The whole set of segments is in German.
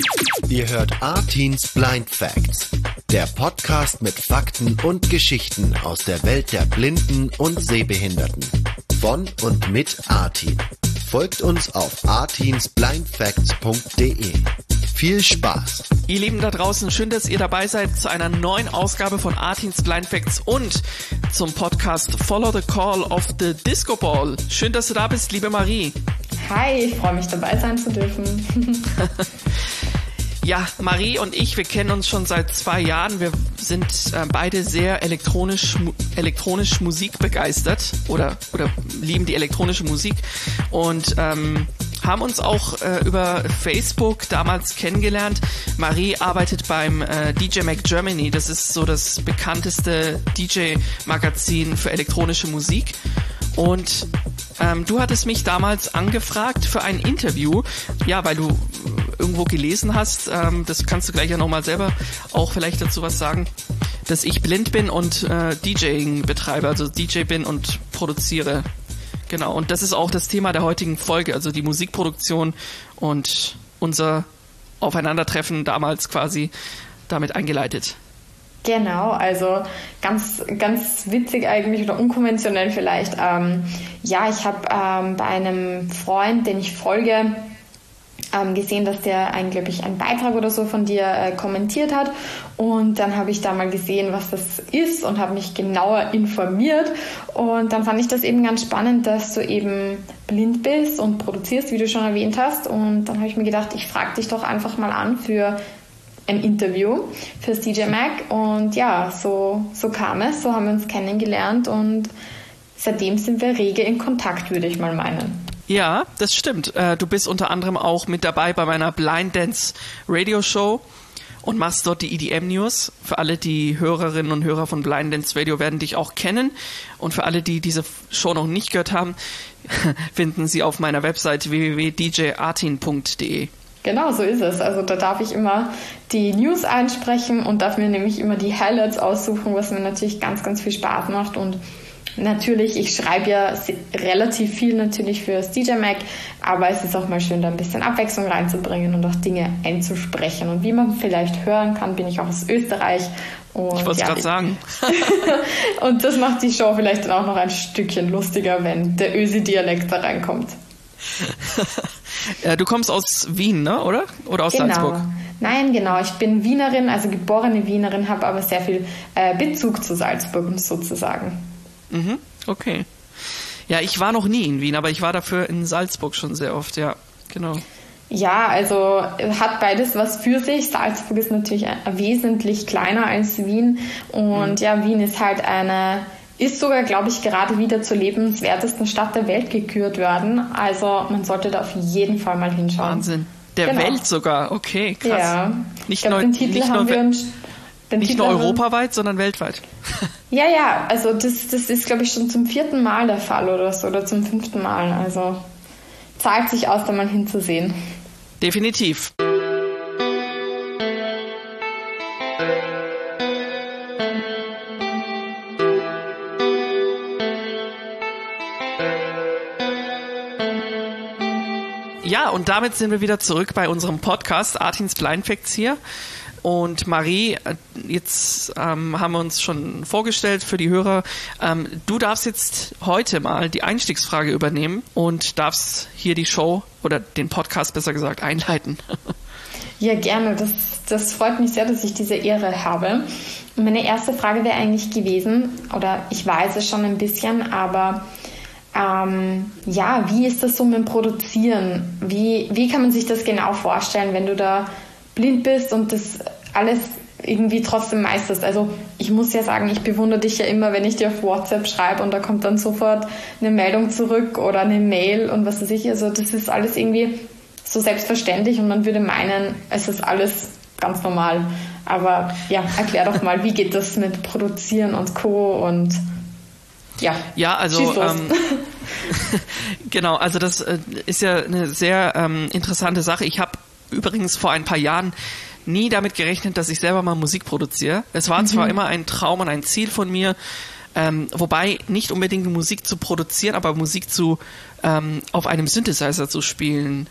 Ihr hört A-Teens Blind Facts, der Podcast mit Fakten und Geschichten aus der Welt der Blinden und Sehbehinderten. Von und mit A-Teen. Folgt uns auf ateensblindfacts.de. Viel Spaß! Ihr Lieben da draußen, schön, dass ihr dabei seid zu einer neuen Ausgabe von A-Teens Blind Facts und zum Podcast Follow the Call of the Disco Ball. Schön, dass du da bist, liebe Marie. Hi, ich freue mich, dabei sein zu dürfen. Ja, Marie und ich, wir kennen uns schon seit 2 Jahren. Wir sind beide sehr elektronisch Musik begeistert oder lieben die elektronische Musik und haben uns auch über Facebook damals kennengelernt. Marie arbeitet beim DJ Mag Germany. Das ist so das bekannteste DJ-Magazin für elektronische Musik. Und du hattest mich damals angefragt für ein Interview, ja, weil du irgendwo gelesen hast, das kannst du gleich ja nochmal selber auch vielleicht dazu was sagen, dass ich blind bin und DJing betreibe, also DJ bin und produziere. Genau, und das ist auch das Thema der heutigen Folge, also die Musikproduktion und unser Aufeinandertreffen damals quasi damit eingeleitet. Genau, also ganz witzig eigentlich oder unkonventionell vielleicht. Ja, ich habe bei einem Freund, den ich folge, gesehen, dass der glaube einen Beitrag oder so von dir kommentiert hat, und dann habe ich da mal gesehen, was das ist und habe mich genauer informiert, und dann fand ich das eben ganz spannend, dass du eben blind bist und produzierst, wie du schon erwähnt hast, und dann habe ich mir gedacht, ich frage dich doch einfach mal an für ein Interview fürs DJ Mag, und ja, so kam es, so haben wir uns kennengelernt und seitdem sind wir rege in Kontakt, würde ich mal meinen. Ja, das stimmt. Du bist unter anderem auch mit dabei bei meiner Blind Dance Radio Show und machst dort die EDM News. Für alle die Hörerinnen und Hörer von Blind Dance Radio werden dich auch kennen. Und für alle, die diese Show noch nicht gehört haben, finden sie auf meiner Website www.djartin.de. Genau, so ist es. Also da darf ich immer die News einsprechen und darf mir nämlich immer die Highlights aussuchen, was mir natürlich ganz, ganz viel Spaß macht. Und natürlich, ich schreibe ja relativ viel natürlich fürs DJ Mag, aber es ist auch mal schön, da ein bisschen Abwechslung reinzubringen und auch Dinge einzusprechen. Und wie man vielleicht hören kann, bin ich auch aus Österreich. Und ich wollte es gerade sagen. Und das macht die Show vielleicht dann auch noch ein Stückchen lustiger, wenn der Ösi-Dialekt da reinkommt. Du kommst aus Wien, ne? Oder aus Salzburg? Nein, genau. Ich bin Wienerin, also geborene Wienerin, habe aber sehr viel Bezug zu Salzburg sozusagen. Mhm, okay. Ja, ich war noch nie in Wien, aber ich war dafür in Salzburg schon sehr oft, ja, genau. Ja, also hat beides was für sich. Salzburg ist natürlich wesentlich kleiner als Wien, und ja, Wien ist halt ist sogar, glaube ich, gerade wieder zur lebenswertesten Stadt der Welt gekürt worden. Also man sollte da auf jeden Fall mal hinschauen. Wahnsinn. Der Welt sogar, okay, krass. Ja, nicht nur europaweit, sondern weltweit. Ja, also das ist, glaube ich, schon zum 4. Mal der Fall oder so, oder zum 5. Mal. Also zahlt sich aus, da mal hinzusehen. Definitiv. Ja, und damit sind wir wieder zurück bei unserem Podcast A-Teens Blind Facts hier. Und Marie, jetzt haben wir uns schon vorgestellt für die Hörer. Du darfst jetzt heute mal die Einstiegsfrage übernehmen und darfst hier die Show oder den Podcast besser gesagt einleiten. Ja, gerne. Das freut mich sehr, dass ich diese Ehre habe. Und meine erste Frage wäre eigentlich gewesen, oder ich weiß es schon ein bisschen, aber wie ist das so mit dem Produzieren? Wie kann man sich das genau vorstellen, wenn du da blind bist und das alles irgendwie trotzdem meisterst? Also ich muss ja sagen, ich bewundere dich ja immer, wenn ich dir auf WhatsApp schreibe und da kommt dann sofort eine Meldung zurück oder eine Mail und was weiß ich. Also das ist alles irgendwie so selbstverständlich und man würde meinen, es ist alles ganz normal. Aber ja, erklär doch mal, wie geht das mit Produzieren und Co. und ja, also genau, also das ist ja eine sehr interessante Sache. Ich habe übrigens vor ein paar Jahren nie damit gerechnet, dass ich selber mal Musik produziere. Es war zwar immer ein Traum und ein Ziel von mir, wobei nicht unbedingt Musik zu produzieren, aber Musik auf einem Synthesizer zu spielen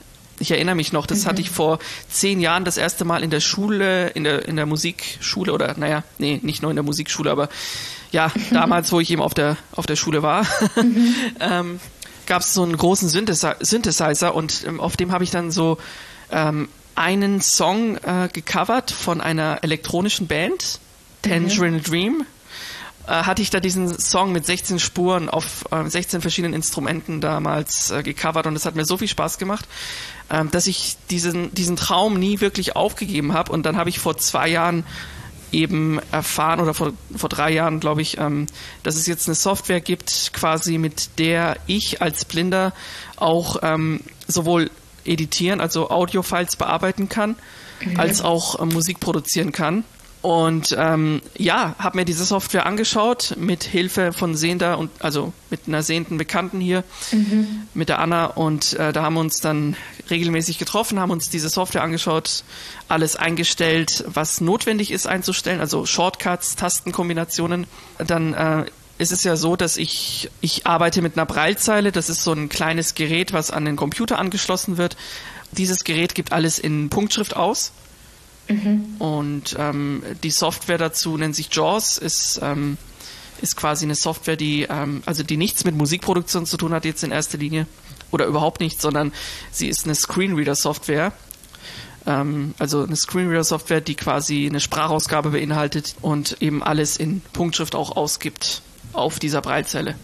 Ich erinnere mich noch, das hatte ich vor 10 Jahren das erste Mal in der Schule, in der Musikschule oder, nicht nur in der Musikschule, aber ja, damals, wo ich eben auf der Schule war, gab es so einen großen Synthesizer und auf dem habe ich dann so einen Song gecovert von einer elektronischen Band, Tangerine Dream. Hatte ich da diesen Song mit 16 Spuren auf 16 verschiedenen Instrumenten damals gecovert und es hat mir so viel Spaß gemacht, dass ich diesen Traum nie wirklich aufgegeben habe und dann habe ich vor 2 Jahren eben erfahren oder vor 3 Jahren, glaube ich, dass es jetzt eine Software gibt, quasi mit der ich als Blinder auch sowohl editieren, also Audiofiles bearbeiten kann, als auch Musik produzieren kann. Und habe mir diese Software angeschaut mit Hilfe von Sehender und also mit einer sehenden Bekannten hier, mit der Anna und da haben wir uns dann regelmäßig getroffen, haben uns diese Software angeschaut, alles eingestellt, was notwendig ist einzustellen, also Shortcuts, Tastenkombinationen. Dann ist es ja so, dass ich arbeite mit einer Braillezeile, das ist so ein kleines Gerät, was an den Computer angeschlossen wird. Dieses Gerät gibt alles in Punktschrift aus. Und die Software dazu nennt sich JAWS, ist quasi eine Software, die nichts mit Musikproduktion zu tun hat jetzt in erster Linie oder überhaupt nicht, sondern sie ist eine Screenreader-Software. Also eine Screenreader-Software, die quasi eine Sprachausgabe beinhaltet und eben alles in Punktschrift auch ausgibt auf dieser Braillezeile.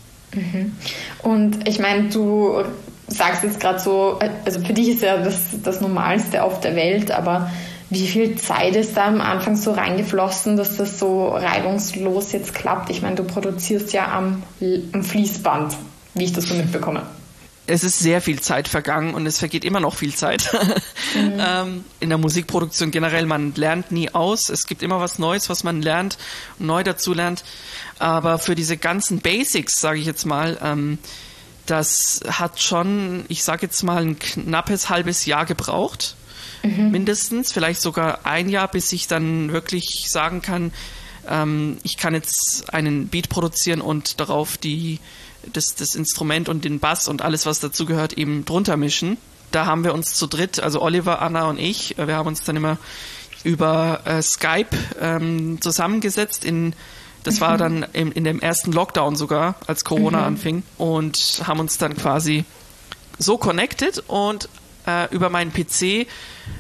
Und ich meine, du sagst jetzt gerade so, also für dich ist ja das Normalste auf der Welt, aber wie viel Zeit ist da am Anfang so reingeflossen, dass das so reibungslos jetzt klappt? Ich meine, du produzierst ja am Fließband, wie ich das so mitbekomme. Es ist sehr viel Zeit vergangen und es vergeht immer noch viel Zeit. In der Musikproduktion generell, man lernt nie aus. Es gibt immer was Neues, was man lernt, neu dazu lernt. Aber für diese ganzen Basics, sage ich jetzt mal, das hat schon, ich sage jetzt mal, ein knappes halbes Jahr gebraucht. Mindestens, vielleicht sogar 1 Jahr, bis ich dann wirklich sagen kann, ich kann jetzt einen Beat produzieren und darauf das Instrument und den Bass und alles, was dazugehört, eben drunter mischen. Da haben wir uns zu dritt, also Oliver, Anna und ich, wir haben uns dann immer über Skype zusammengesetzt. Das war dann in dem ersten Lockdown sogar, als Corona anfing, und haben uns dann quasi so connected und über meinen PC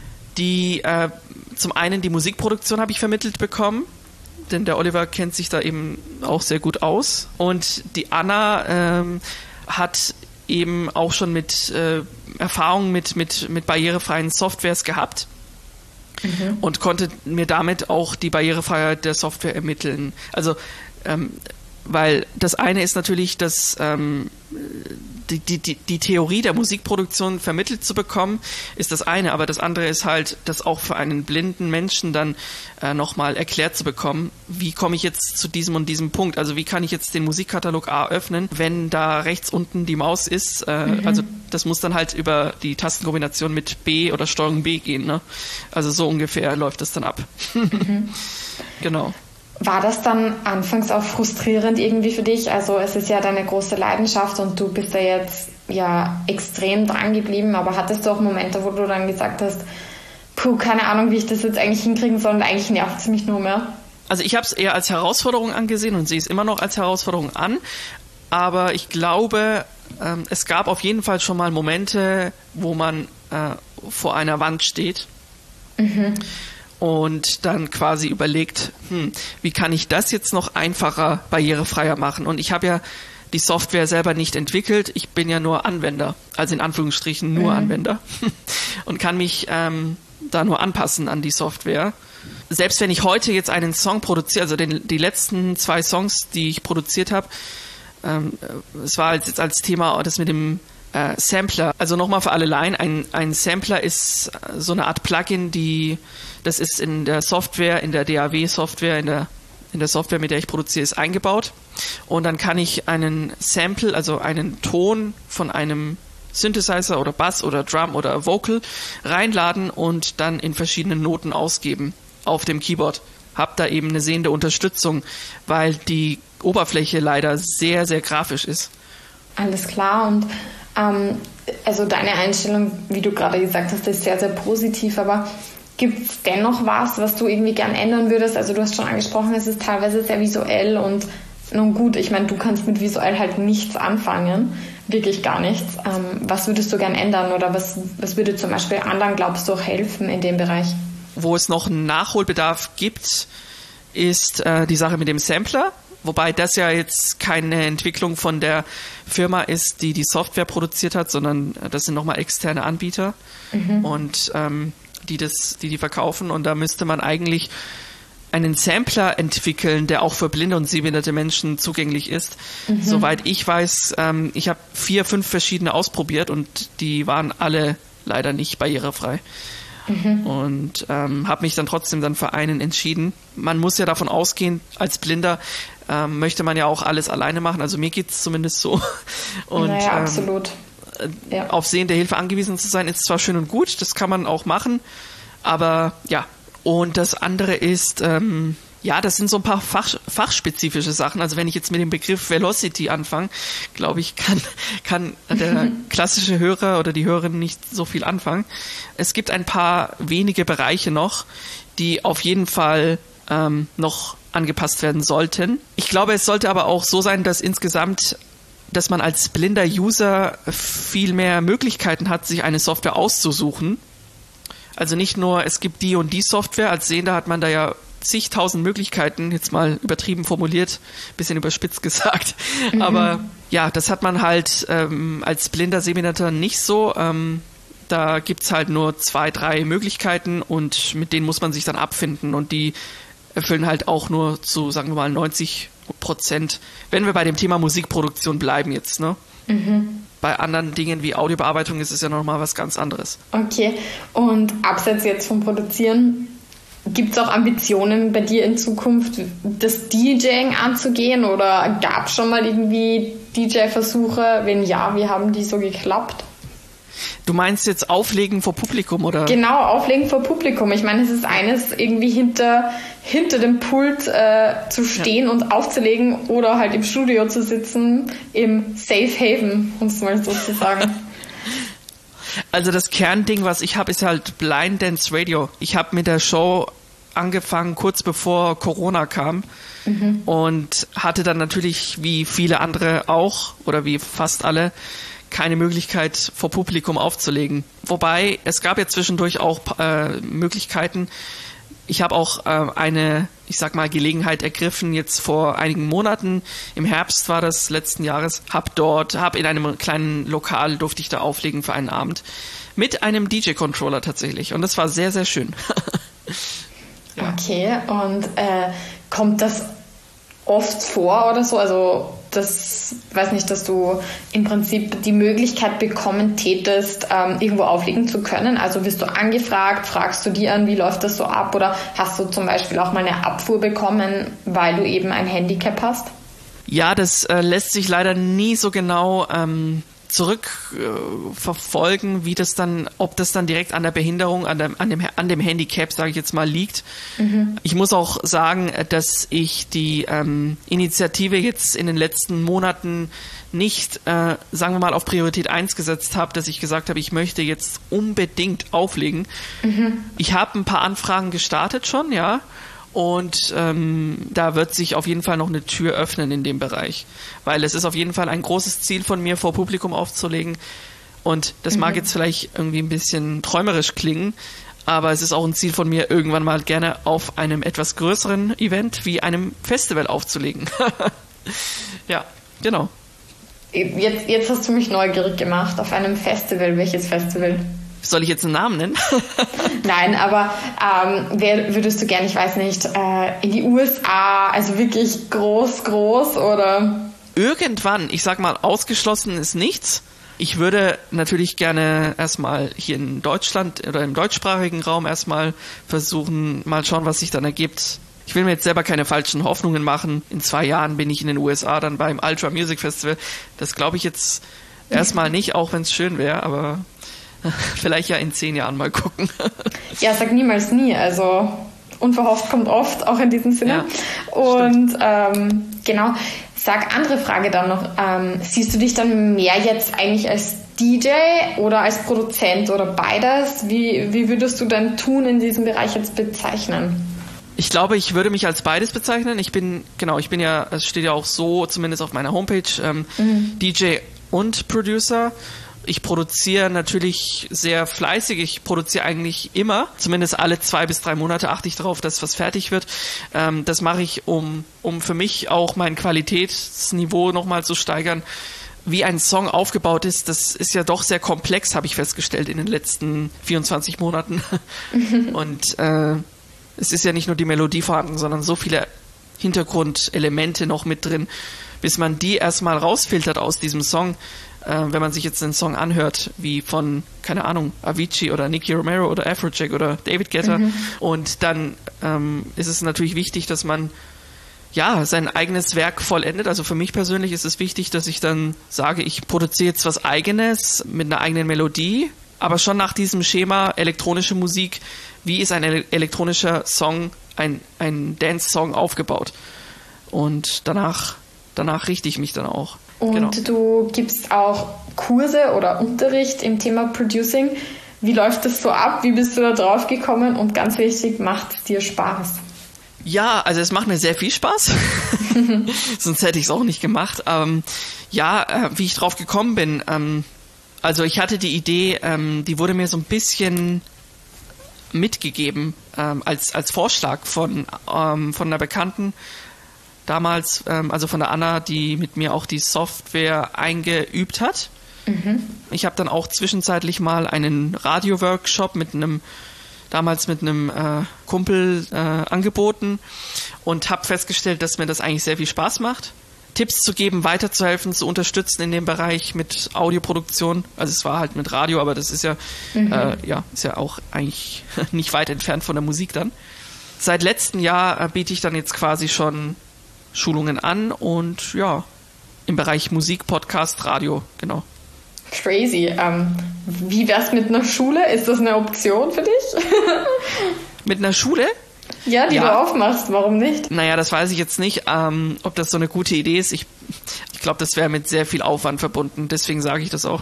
zum einen die Musikproduktion habe ich vermittelt bekommen, denn der Oliver kennt sich da eben auch sehr gut aus. Und die Anna hat eben auch schon mit Erfahrung mit barrierefreien Softwares gehabt und konnte mir damit auch die Barrierefreiheit der Software ermitteln. Also weil das eine ist natürlich, dass die Theorie der Musikproduktion vermittelt zu bekommen, ist das eine, aber das andere ist halt, das auch für einen blinden Menschen dann nochmal erklärt zu bekommen, wie komme ich jetzt zu diesem und diesem Punkt, also wie kann ich jetzt den Musikkatalog A öffnen, wenn da rechts unten die Maus ist, also das muss dann halt über die Tastenkombination mit B oder Steuerung B gehen, ne? Also so ungefähr läuft das dann ab. Genau. War das dann anfangs auch frustrierend irgendwie für dich? Also es ist ja deine große Leidenschaft und du bist da jetzt ja extrem dran geblieben, aber hattest du auch Momente, wo du dann gesagt hast, keine Ahnung, wie ich das jetzt eigentlich hinkriegen soll und eigentlich nervt es mich nur mehr? Also ich habe es eher als Herausforderung angesehen und sehe es immer noch als Herausforderung an, aber ich glaube, es gab auf jeden Fall schon mal Momente, wo man vor einer Wand steht. Und dann quasi überlegt, wie kann ich das jetzt noch einfacher, barrierefreier machen? Und ich habe ja die Software selber nicht entwickelt, ich bin ja nur Anwender, also in Anführungsstrichen nur Anwender und kann mich da nur anpassen an die Software. Selbst wenn ich heute jetzt einen Song produziere, also die letzten 2 Songs, die ich produziert habe, es war jetzt als Thema das mit dem Sampler. Also nochmal für alle Laien, ein Sampler ist so eine Art Plugin, das ist in der Software, in der DAW-Software, in der Software, mit der ich produziere, ist eingebaut. Und dann kann ich einen Sample, also einen Ton von einem Synthesizer oder Bass oder Drum oder Vocal reinladen und dann in verschiedenen Noten ausgeben auf dem Keyboard. Hab da eben eine sehende Unterstützung, weil die Oberfläche leider sehr, sehr grafisch ist. Alles klar. Und also deine Einstellung, wie du gerade gesagt hast, ist sehr, sehr positiv, aber gibt es dennoch was du irgendwie gern ändern würdest? Also du hast schon angesprochen, es ist teilweise sehr visuell und nun gut, ich meine, du kannst mit visuell halt nichts anfangen, wirklich gar nichts. Was würdest du gern ändern oder was würde zum Beispiel anderen, glaubst du, auch helfen in dem Bereich? Wo es noch einen Nachholbedarf gibt, ist die Sache mit dem Sampler, wobei das ja jetzt keine Entwicklung von der Firma ist, die die Software produziert hat, sondern das sind nochmal externe Anbieter und die verkaufen, und da müsste man eigentlich einen Sampler entwickeln, der auch für blinde und sehbehinderte Menschen zugänglich ist. Soweit ich weiß, ich habe 4, 5 verschiedene ausprobiert und die waren alle leider nicht barrierefrei. Und habe mich dann trotzdem für einen entschieden. Man muss ja davon ausgehen, als Blinder möchte man ja auch alles alleine machen. Also mir geht es zumindest so. Und, naja, absolut. Ja. Auf sehende Hilfe angewiesen zu sein, ist zwar schön und gut, das kann man auch machen, aber ja. Und das andere ist, das sind so ein paar fachspezifische Sachen. Also wenn ich jetzt mit dem Begriff Velocity anfange, glaube ich, kann der klassische Hörer oder die Hörerin nicht so viel anfangen. Es gibt ein paar wenige Bereiche noch, die auf jeden Fall noch angepasst werden sollten. Ich glaube, es sollte aber auch so sein, dass man als blinder User viel mehr Möglichkeiten hat, sich eine Software auszusuchen. Also nicht nur, es gibt die und die Software, als Sehender hat man da ja zigtausend Möglichkeiten, jetzt mal übertrieben formuliert, bisschen überspitzt gesagt. Aber ja, das hat man halt als blinder Sehbehinderter nicht so. Da gibt's halt nur 2, 3 Möglichkeiten und mit denen muss man sich dann abfinden, und die erfüllen halt auch nur zu, sagen wir mal, 90%, wenn wir bei dem Thema Musikproduktion bleiben jetzt, ne? Bei anderen Dingen wie Audiobearbeitung ist es ja nochmal was ganz anderes. Okay, und abseits jetzt vom Produzieren, gibt es auch Ambitionen bei dir in Zukunft, das DJing anzugehen, oder gab es schon mal irgendwie DJ-Versuche? Wenn ja, wie haben die so geklappt? Du meinst jetzt Auflegen vor Publikum, oder? Genau, Auflegen vor Publikum. Ich meine, es ist eines, irgendwie hinter dem Pult zu stehen und aufzulegen oder halt im Studio zu sitzen, im Safe Haven, um es mal so zu sagen. Also das Kernding, was ich habe, ist halt Blind Dance Radio. Ich habe mit der Show angefangen, kurz bevor Corona kam, und hatte dann natürlich, wie viele andere auch, oder wie fast alle, keine Möglichkeit, vor Publikum aufzulegen. Wobei, es gab ja zwischendurch auch Möglichkeiten. Ich habe auch eine, ich sag mal, Gelegenheit ergriffen, jetzt vor einigen Monaten, im Herbst war das letzten Jahres, habe in einem kleinen Lokal, durfte ich da auflegen für einen Abend, mit einem DJ-Controller tatsächlich. Und das war sehr, sehr schön. Ja. Okay, und kommt das oft vor oder so? Also weiß nicht, dass du im Prinzip die Möglichkeit bekommen tätest, irgendwo auflegen zu können. Also wirst du angefragt, fragst du die an, wie läuft das so ab, oder hast du zum Beispiel auch mal eine Abfuhr bekommen, weil du eben ein Handicap hast? Ja, das lässt sich leider nie so genau zurückverfolgen, ob das dann direkt an der Behinderung, an dem Handicap, sage ich jetzt mal, liegt. Ich muss auch sagen, dass ich die Initiative jetzt in den letzten Monaten nicht, sagen wir mal, auf Priorität 1 gesetzt habe, dass ich gesagt habe, ich möchte jetzt unbedingt auflegen. Ich habe ein paar Anfragen gestartet schon, ja. Und da wird sich auf jeden Fall noch eine Tür öffnen in dem Bereich. Weil es ist auf jeden Fall ein großes Ziel von mir, vor Publikum aufzulegen. Und das mag jetzt vielleicht irgendwie ein bisschen träumerisch klingen, aber es ist auch ein Ziel von mir, irgendwann mal gerne auf einem etwas größeren Event wie einem Festival aufzulegen. Ja, genau. Jetzt hast du mich neugierig gemacht. Auf einem Festival. Welches Festival? Soll ich jetzt einen Namen nennen? Nein, aber würdest du gerne, ich weiß nicht, in die USA, also wirklich groß, oder? Irgendwann, ich sag mal, ausgeschlossen ist nichts. Ich würde natürlich gerne erstmal hier in Deutschland oder im deutschsprachigen Raum erstmal versuchen, mal schauen, was sich dann ergibt. Ich will mir jetzt selber keine falschen Hoffnungen machen. In 2 Jahren bin ich in den USA dann beim Ultra Music Festival. Das glaube ich jetzt erstmal nicht, auch wenn es schön wäre, aber vielleicht ja in 10 Jahren mal gucken. Ja, sag niemals nie. Also unverhofft kommt oft, auch in diesem Sinne. Ja, und genau, sag andere Frage dann noch. Siehst du dich dann mehr jetzt eigentlich als DJ oder als Produzent oder beides? Wie würdest du dein Tun in diesem Bereich jetzt bezeichnen? Ich glaube, ich würde mich als beides bezeichnen. Ich bin ja, es steht ja auch so, zumindest auf meiner Homepage, DJ und Producer. Ich produziere natürlich sehr fleißig. Ich produziere eigentlich immer. Zumindest alle 2 bis 3 Monate achte ich darauf, dass was fertig wird. Das mache ich, um für mich auch mein Qualitätsniveau nochmal zu steigern. Wie ein Song aufgebaut ist, das ist ja doch sehr komplex, habe ich festgestellt in den letzten 24 Monaten. Und es ist ja nicht nur die Melodie vorhanden, sondern so viele Hintergrundelemente noch mit drin, bis man die erstmal rausfiltert aus diesem Song. Wenn man sich jetzt einen Song anhört, wie von, keine Ahnung, Avicii oder Nicky Romero oder Afrojack oder David Guetta. Und dann ist es natürlich wichtig, dass man ja sein eigenes Werk vollendet. Also für mich persönlich ist es wichtig, dass ich dann sage, ich produziere jetzt was Eigenes mit einer eigenen Melodie, aber schon nach diesem Schema elektronische Musik. Wie ist ein elektronischer Song, ein Dance-Song aufgebaut? Und danach richte ich mich dann auch. Und genau. Du gibst auch Kurse oder Unterricht im Thema Producing. Wie läuft das so ab? Wie bist du da drauf gekommen? Und ganz wichtig, macht es dir Spaß? Ja, also es macht mir sehr viel Spaß. Sonst hätte ich es auch nicht gemacht. Wie ich drauf gekommen bin. Also ich hatte die Idee, die wurde mir so ein bisschen mitgegeben als Vorschlag von einer Bekannten. Damals, also von der Anna, die mit mir auch die Software eingeübt hat. Ich habe dann auch zwischenzeitlich mal einen Radio-Workshop damals mit einem Kumpel angeboten und habe festgestellt, dass mir das eigentlich sehr viel Spaß macht. Tipps zu geben, weiterzuhelfen, zu unterstützen in dem Bereich mit Audioproduktion. Also es war halt mit Radio, aber das ist ja, ist ja auch eigentlich nicht weit entfernt von der Musik dann. Seit letztem Jahr biete ich dann jetzt quasi schon Schulungen an und ja, im Bereich Musik, Podcast, Radio, genau. Crazy. Wie wär's mit einer Schule? Ist das eine Option für dich? Mit einer Schule? Ja, die du aufmachst, warum nicht? Naja, das weiß ich jetzt nicht, ob das so eine gute Idee ist. Ich glaube, das wäre mit sehr viel Aufwand verbunden, deswegen sage ich das auch.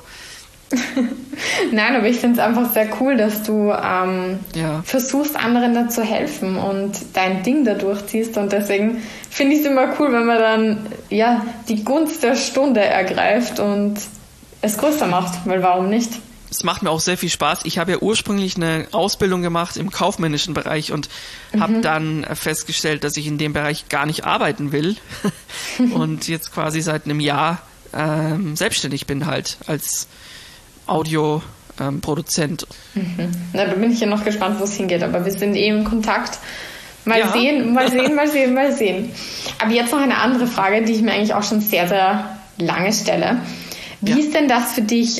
Nein, aber ich finde es einfach sehr cool, dass du versuchst, anderen da zu helfen und dein Ding da durchziehst. Und deswegen finde ich es immer cool, wenn man dann die Gunst der Stunde ergreift und es größer macht, weil warum nicht? Es macht mir auch sehr viel Spaß. Ich habe ja ursprünglich eine Ausbildung gemacht im kaufmännischen Bereich und habe dann festgestellt, dass ich in dem Bereich gar nicht arbeiten will und jetzt quasi seit einem Jahr selbstständig bin halt als Audioproduzent. Na, da bin ich ja noch gespannt, wo es hingeht, aber wir sind im Kontakt. Mal sehen. Aber jetzt noch eine andere Frage, die ich mir eigentlich auch schon sehr, sehr lange stelle. Wie ist denn das für dich,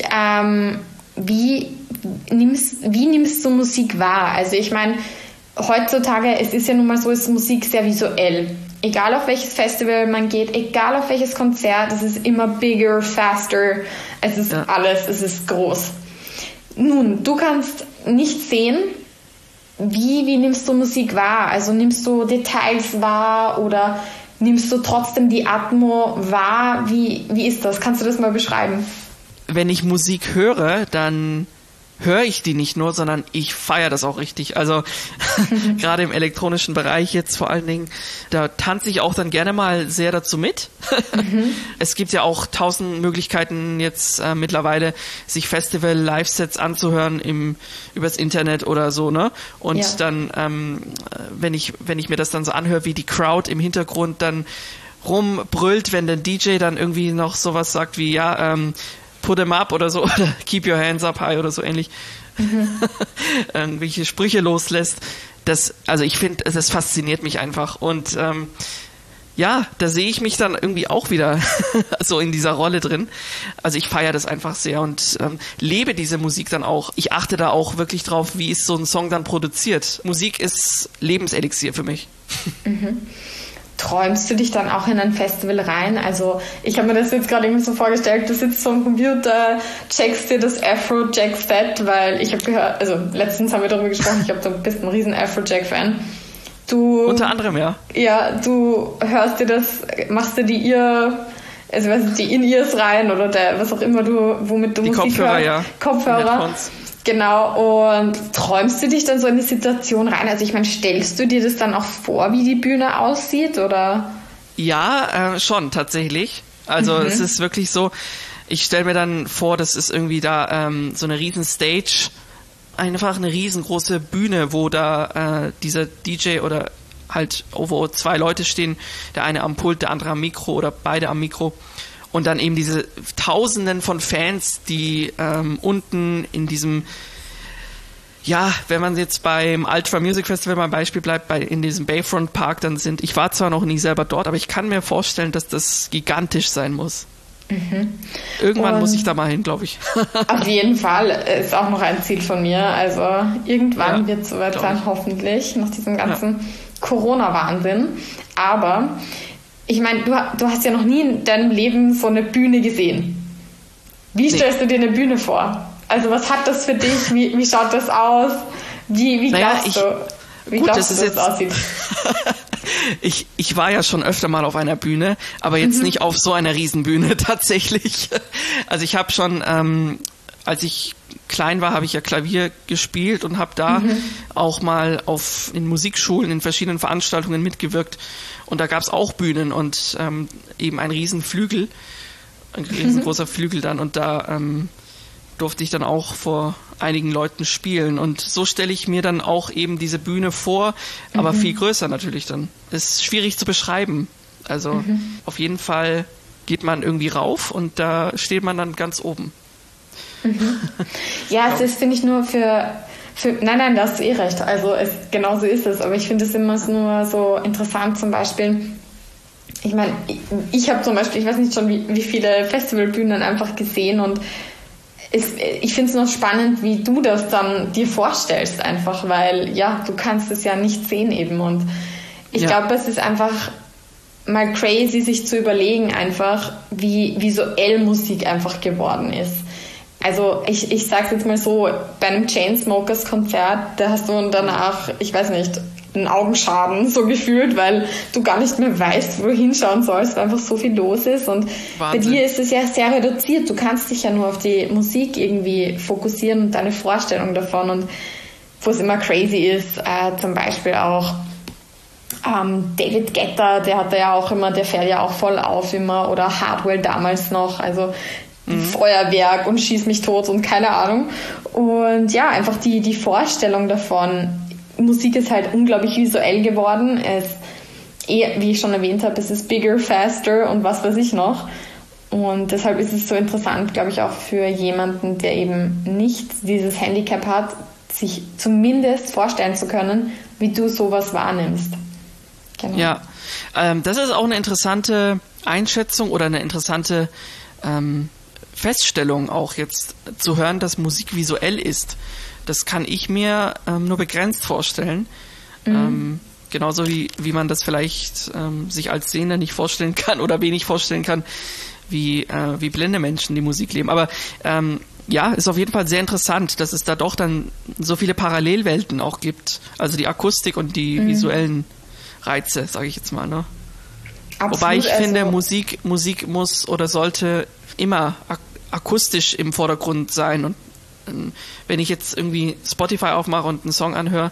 wie nimmst du Musik wahr? Also ich meine, heutzutage, es ist ja nun mal so, ist Musik sehr visuell. Egal auf welches Festival man geht, egal auf welches Konzert, es ist immer bigger, faster, es ist alles, es ist groß. Nun, du kannst nicht sehen, wie nimmst du Musik wahr? Also nimmst du Details wahr oder nimmst du trotzdem die Atmo wahr? Wie ist das? Kannst du das mal beschreiben? Wenn ich Musik höre, dann höre ich die nicht nur, sondern ich feiere das auch richtig. Also gerade im elektronischen Bereich jetzt vor allen Dingen, da tanze ich auch dann gerne mal sehr dazu mit. Es gibt ja auch 1000 Möglichkeiten jetzt mittlerweile, sich Festival-Live-Sets anzuhören übers Internet oder so, ne? Und dann, wenn ich mir das dann so anhöre, wie die Crowd im Hintergrund dann rumbrüllt, wenn der DJ dann irgendwie noch sowas sagt wie, put them up oder so, oder keep your hands up high oder so ähnlich, irgendwelche Sprüche loslässt. Also ich finde, das fasziniert mich einfach und da sehe ich mich dann irgendwie auch wieder so in dieser Rolle drin. Also ich feiere das einfach sehr und lebe diese Musik dann auch. Ich achte da auch wirklich drauf, wie ist so ein Song dann produziert. Musik ist Lebenselixier für mich. Träumst du dich dann auch in ein Festival rein? Also ich habe mir das jetzt gerade irgendwie so vorgestellt, du sitzt so am Computer, checkst dir das Afrojack-Set, weil ich habe gehört, also letztens haben wir darüber gesprochen, ich glaube, du bist ein riesen Afrojack-Fan. Unter anderem, ja. Ja, du hörst dir das, machst dir die also was ist die In-Ears rein oder was auch immer womit du die Musik Kopfhörer, hörst. ja. Kopfhörer. Genau, und träumst du dich dann so in die Situation rein? Also ich meine, stellst du dir das dann auch vor, wie die Bühne aussieht, oder? Ja, schon, tatsächlich. Also es ist wirklich so, ich stelle mir dann vor, das ist irgendwie da so eine riesen Stage, einfach eine riesengroße Bühne, wo da dieser DJ oder halt, wo 2 Leute stehen, der eine am Pult, der andere am Mikro oder beide am Mikro. Und dann eben diese Tausenden von Fans, die unten in diesem, ja, wenn man jetzt beim Ultra Music Festival mal ein Beispiel bleibt, in diesem Bayfront Park dann sind. Ich war zwar noch nie selber dort, aber ich kann mir vorstellen, dass das gigantisch sein muss. Irgendwann muss ich da mal hin, glaube ich. Auf jeden Fall ist auch noch ein Ziel von mir. Also irgendwann wird es soweit sein, hoffentlich, nach diesem ganzen Corona-Wahnsinn. Aber ich meine, du hast ja noch nie in deinem Leben so eine Bühne gesehen. Wie stellst du dir eine Bühne vor? Also was hat das für dich? Wie schaut das aus? Wie glaubst du, dass es aussieht? Ich war ja schon öfter mal auf einer Bühne, aber jetzt nicht auf so einer Riesenbühne tatsächlich. Also ich habe schon, als ich klein war, habe ich ja Klavier gespielt und habe da auch mal in Musikschulen, in verschiedenen Veranstaltungen mitgewirkt. Und da gab es auch Bühnen und eben ein Riesenflügel, ein riesengroßer Flügel dann. Und da durfte ich dann auch vor einigen Leuten spielen. Und so stelle ich mir dann auch eben diese Bühne vor, aber viel größer natürlich dann. Ist schwierig zu beschreiben. Also auf jeden Fall geht man irgendwie rauf und da steht man dann ganz oben. Ja, es ist, finde ich, nur für nein, da hast du recht. Also genau so ist es. Aber ich finde es immer nur so interessant, zum Beispiel, ich meine, ich habe zum Beispiel, ich weiß nicht schon, wie viele Festivalbühnen einfach gesehen und ich finde es noch spannend, wie du das dann dir vorstellst einfach, weil ja, du kannst es ja nicht sehen eben und ich glaube, es ist einfach mal crazy, sich zu überlegen einfach, wie visuell Musik einfach geworden ist. Also ich sag's jetzt mal so, bei einem Chainsmokers-Konzert, da hast du danach, ich weiß nicht, einen Augenschaden so gefühlt, weil du gar nicht mehr weißt, wo du hinschauen sollst, weil einfach so viel los ist. Und Wahnsinn. Bei dir ist es ja sehr reduziert. Du kannst dich ja nur auf die Musik irgendwie fokussieren und deine Vorstellung davon. Und wo es immer crazy ist, zum Beispiel auch David Guetta, der fährt ja auch voll auf immer, oder Hardwell damals noch, also Feuerwerk und schieß mich tot und keine Ahnung. Und ja, einfach die Vorstellung davon, Musik ist halt unglaublich visuell geworden. Wie ich schon erwähnt habe, es ist bigger, faster und was weiß ich noch. Und deshalb ist es so interessant, glaube ich, auch für jemanden, der eben nicht dieses Handicap hat, sich zumindest vorstellen zu können, wie du sowas wahrnimmst. Genau. Ja, das ist auch eine interessante Einschätzung oder eine interessante Feststellung auch jetzt zu hören, dass Musik visuell ist. Das kann ich mir nur begrenzt vorstellen. Genauso wie man das vielleicht sich als Sehender nicht vorstellen kann oder wenig vorstellen kann, wie blinde Menschen die Musik leben. Aber ja, ist auf jeden Fall sehr interessant, dass es da doch dann so viele Parallelwelten auch gibt. Also die Akustik und die visuellen Reize, sage ich jetzt mal. Ne? Absolut, wobei ich finde, Musik muss oder sollte immer akustisch im Vordergrund sein. Und wenn ich jetzt irgendwie Spotify aufmache und einen Song anhöre,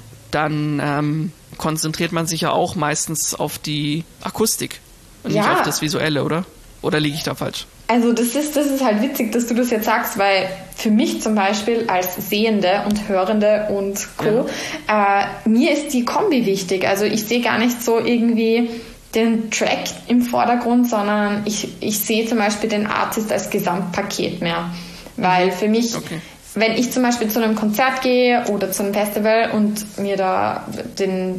dann konzentriert man sich ja auch meistens auf die Akustik und nicht auf das Visuelle, oder? Oder liege ich da falsch? Also das ist halt witzig, dass du das jetzt sagst, weil für mich zum Beispiel als Sehende und Hörende und Co. Mir ist die Kombi wichtig. Also ich sehe gar nicht so irgendwie den Track im Vordergrund, sondern ich sehe zum Beispiel den Artist als Gesamtpaket mehr. Weil für mich, wenn ich zum Beispiel zu einem Konzert gehe oder zu einem Festival und mir da den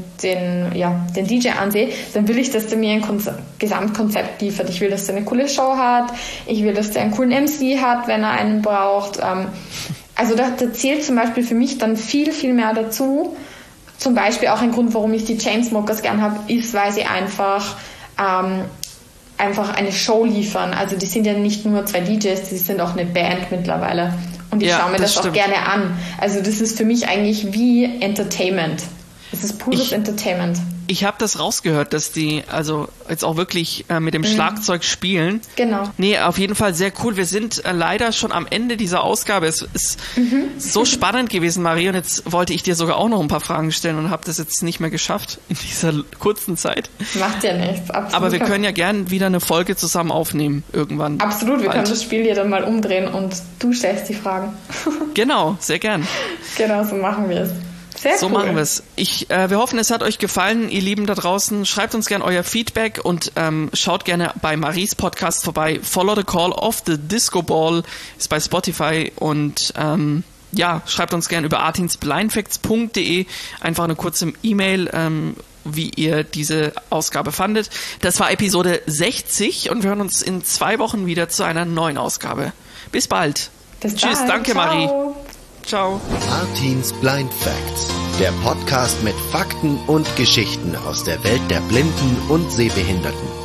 DJ ansehe, dann will ich, dass der mir ein Gesamtkonzept liefert. Ich will, dass der eine coole Show hat. Ich will, dass der einen coolen MC hat, wenn er einen braucht. Also da zählt zum Beispiel für mich dann viel, viel mehr dazu. Zum Beispiel auch ein Grund, warum ich die Chainsmokers gern habe, ist, weil sie einfach eine Show liefern. Also die sind ja nicht nur 2 DJs, die sind auch eine Band mittlerweile. Und ich schaue mir das auch gerne an. Also das ist für mich eigentlich wie Entertainment. Es ist pures Entertainment. Ich habe das rausgehört, dass die also jetzt auch wirklich mit dem Schlagzeug spielen. Genau. Nee, auf jeden Fall sehr cool. Wir sind leider schon am Ende dieser Ausgabe. Es ist so spannend gewesen, Marie, und jetzt wollte ich dir sogar auch noch ein paar Fragen stellen und habe das jetzt nicht mehr geschafft in dieser kurzen Zeit. Macht ja nichts, absolut. Aber wir können ja gern wieder eine Folge zusammen aufnehmen irgendwann. Absolut, wir können das Spiel hier dann mal umdrehen und du stellst die Fragen. Genau, sehr gern. Genau, so machen wir es. Sehr so cool. machen wir es. Wir hoffen, es hat euch gefallen, ihr Lieben da draußen. Schreibt uns gerne euer Feedback und schaut gerne bei Maries Podcast vorbei. Follow the Call of the Disco Ball ist bei Spotify und schreibt uns gerne über artinsblindfacts.de einfach eine kurze E-Mail, wie ihr diese Ausgabe fandet. Das war Episode 60 und wir hören uns in 2 Wochen wieder zu einer neuen Ausgabe. Bis bald. Tschüss, danke Ciao. Marie. Ciao. Artins Blind Facts, der Podcast mit Fakten und Geschichten aus der Welt der Blinden und Sehbehinderten.